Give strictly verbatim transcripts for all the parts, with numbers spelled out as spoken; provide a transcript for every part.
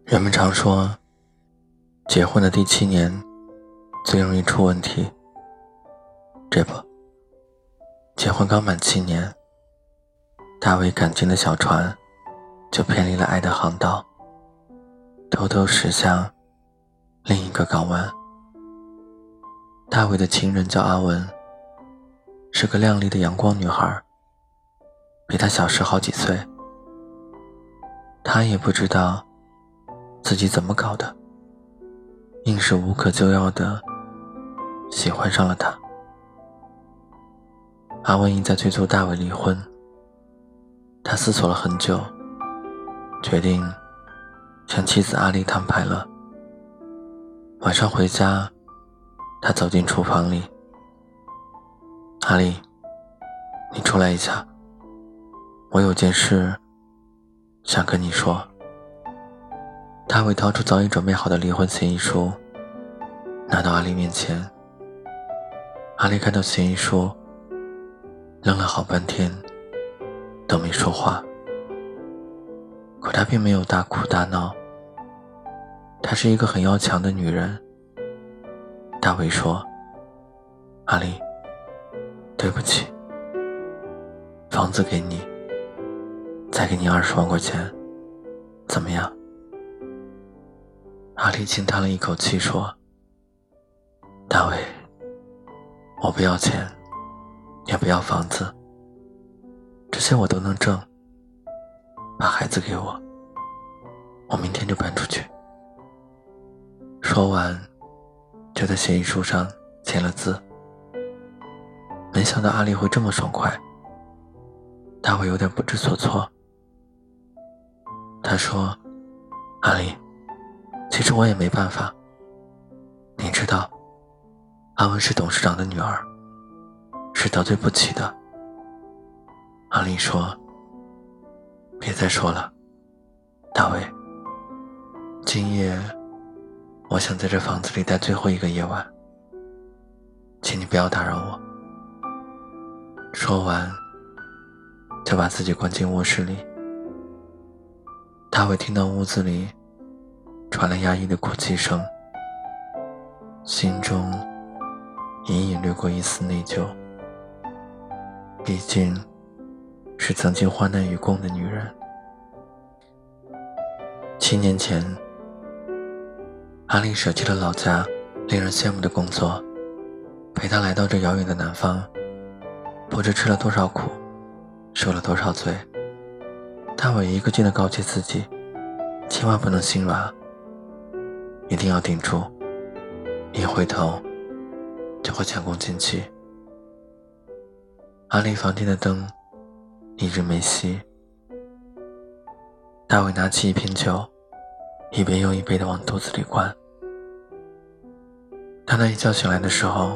人们常说，结婚的第七年最容易出问题。这不，结婚刚满七年，大卫感情的小船就偏离了爱的航道，偷偷驶向另一个港湾。大卫的情人叫阿文，是个靓丽的阳光女孩，比他小十好几岁。他也不知道自己怎么搞的，硬是无可救药的喜欢上了他。阿文一再催促大卫离婚，他思索了很久，决定向妻子阿丽摊牌了。晚上回家，他走进厨房里，阿丽，你出来一下，我有件事想跟你说。大卫掏出早已准备好的离婚协议书，拿到阿丽面前。阿丽看到协议书，愣了好半天都没说话。可她并没有大哭大闹，她是一个很要强的女人。大卫说，阿丽，对不起，房子给你，再给你二十万块钱，怎么样？阿丽轻叹了一口气说，大卫，我不要钱，也不要房子，这些我都能挣，把孩子给我，我明天就搬出去。说完就在协议书上签了字。没想到阿丽会这么爽快，大卫有点不知所措。他说，阿丽，其实我也没办法，你知道，阿文是董事长的女儿，是得罪不起的。阿丽说，别再说了，大卫，今夜我想在这房子里待最后一个夜晚，请你不要打扰我。说完就把自己关进卧室里。大卫听到屋子里传来压抑的哭泣声，心中隐隐掠过一丝内疚，毕竟是曾经患难与共的女人。七年前，阿丽舍弃了老家令人羡慕的工作，陪他来到这遥远的南方，不知吃了多少苦，受了多少罪。大卫一个劲地告诫自己，千万不能心软，一定要顶住，一回头就会前功尽弃。阿丽房间的灯一直没熄，大卫拿起一瓶酒，一杯又一杯地往肚子里灌。当他一觉醒来的时候，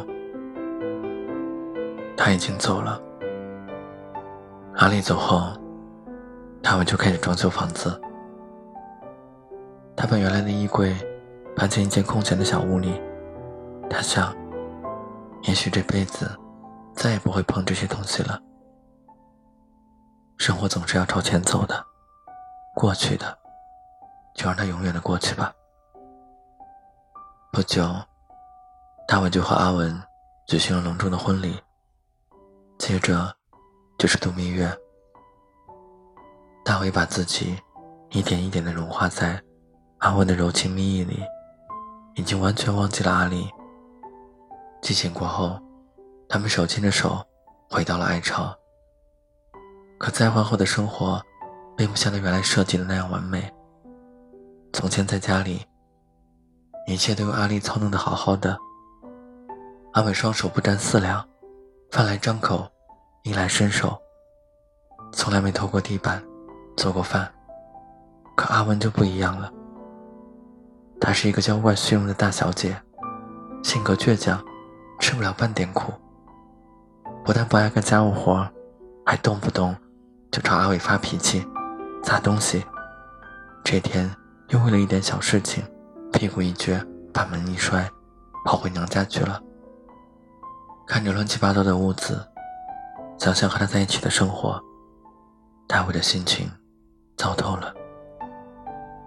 他已经走了。阿丽走后，大卫就开始装修房子。他把原来的衣柜搬进一间空闲的小屋里，他想，也许这辈子再也不会碰这些东西了。生活总是要朝前走的，过去的就让它永远的过去吧。不久，大卫就和阿文举行了隆重的婚礼，接着就是度蜜月。大卫把自己一点一点地融化在阿文的柔情蜜意里，已经完全忘记了阿丽。激情过后，他们手牵着手回到了爱巢。可再婚后的生活并不像他原来设计的那样完美。从前在家里，一切都由阿丽操弄得好好的。阿伟双手不沾四两，饭来张口，衣来伸手，从来没拖过地板，做过饭。可阿文就不一样了，她是一个娇惯虚荣的大小姐，性格倔强，吃不了半点苦。不但不爱干家务活，还动不动就朝阿伟发脾气，砸东西。这天又为了一点小事情，屁股一撅，把门一摔，跑回娘家去了。看着乱七八糟的屋子，想想和他在一起的生活，大卫的心情糟透了。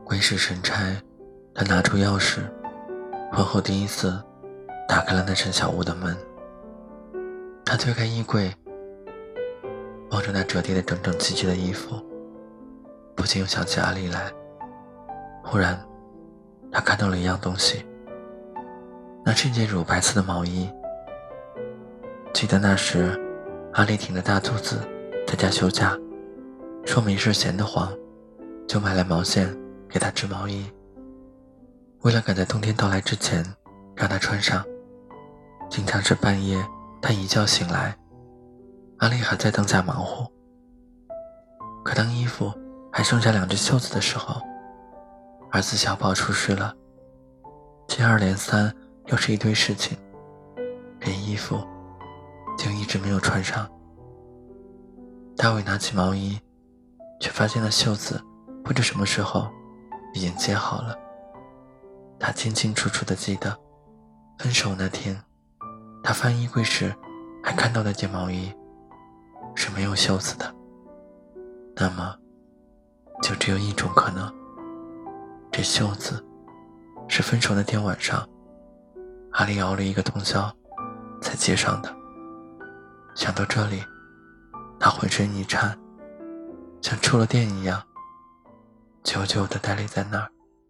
鬼使神差，他拿出钥匙，婚后第一次打开了那扇小屋的门。他推开衣柜，望着那折叠的整整齐齐的衣服，不禁又想起阿丽来。忽然他看到了一样东西，那是一件乳白色的毛衣。记得那时阿丽挺着大肚子在家休假，说没事闲得慌，就买来毛线给她织毛衣。为了赶在冬天到来之前让她穿上，经常是半夜她一觉醒来，阿丽还在当家忙活。可当衣服还剩下两只袖子的时候，儿子小宝出事了，接二连三又是一堆事情，这衣服就一直没有穿上。大卫拿起毛衣，却发现了袖子不知什么时候已经接好了。他清清楚楚地记得，分手那天他翻衣柜时还看到那件毛衣是没有袖子的。那么就只有一种可能，这袖子是分手那天晚上阿丽熬了一个通宵才接上的。想到这里，他浑身一颤，像触了电一样久久地呆立在那儿。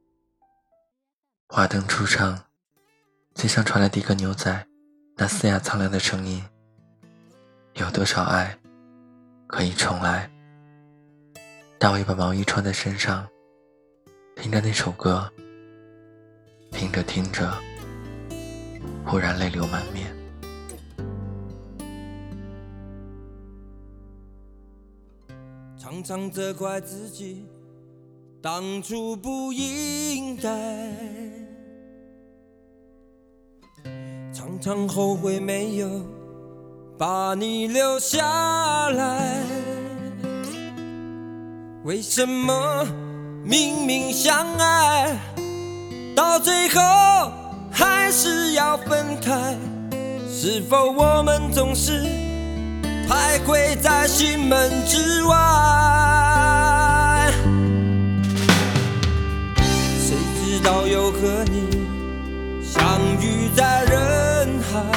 华灯初上，街上传来迪克牛仔那嘶哑苍凉的声音，有多少爱可以重来。大卫把毛衣穿在身上，听着那首歌，听着听着忽然泪流满面。 常常责怪自己当初不应该，常常后悔没有把你留下来。为什么明明相爱，到最后还是要分开？是否我们总是徘徊在心门之外？谁知道又和你相遇在人海，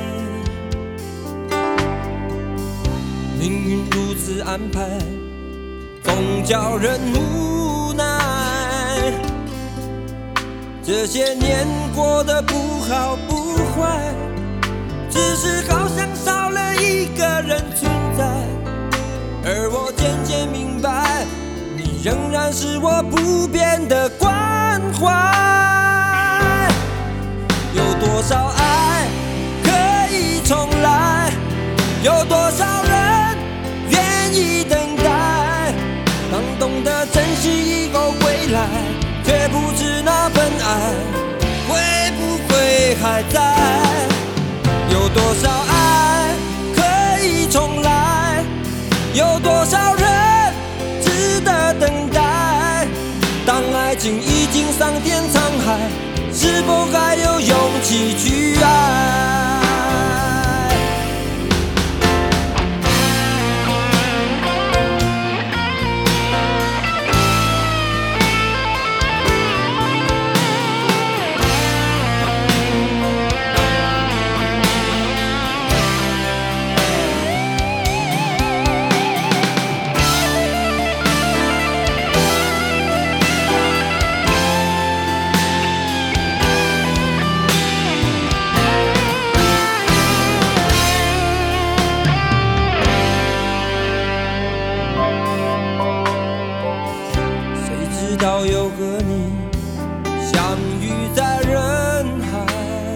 命运如此安排，总叫人无奈。这些年过得不好不坏，只是好像少了一个人存在。而我渐渐明白，你仍然是我不变的关怀。有多少爱可以重来，有多少人愿意等待。当懂得珍惜以后归来，却不知那份爱会不会还在。有多少爱可以重来，有多少人值得等待。当爱情已经桑田沧海，是否还有勇气去爱？直到又和你相遇在人海，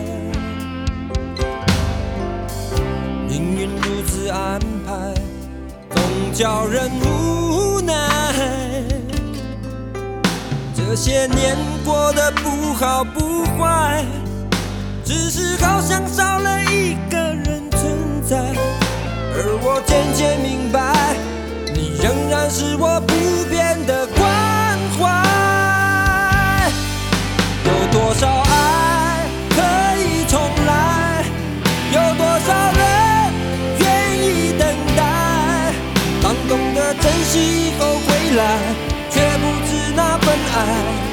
命运如此安排，总叫人无奈。这些年过得不好不坏，只是好像少了一个人存在。而我渐渐明白，你仍然是我不变的关怀。有多少爱可以重来，有多少人愿意等待。当懂得珍惜以后归来，却不知那份爱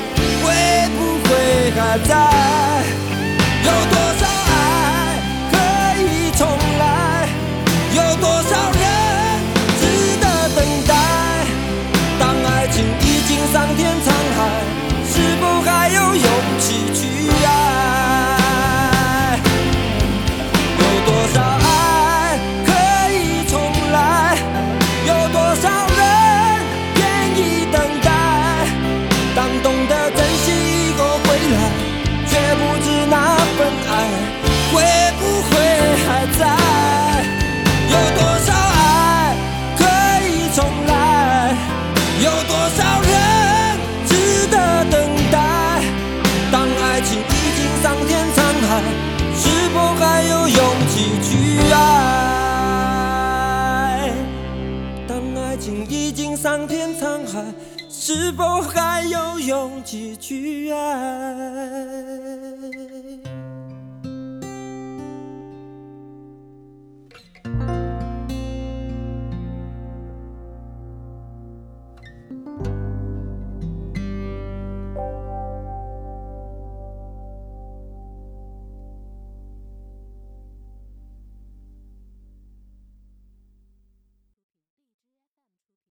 还在？有多少爱可以重来？有多少人值得等待？当爱情已经桑田沧海，是否还有勇气去爱？有多少爱可以重来？有多少人愿意等待？当懂得珍惜以后回来，却不知那份爱会不会还在？有多少爱可以重来？有多少人值得等待？当爱情已经桑田沧海，是否还有勇气去爱？当爱情已经桑田沧海，是否还有勇气去爱？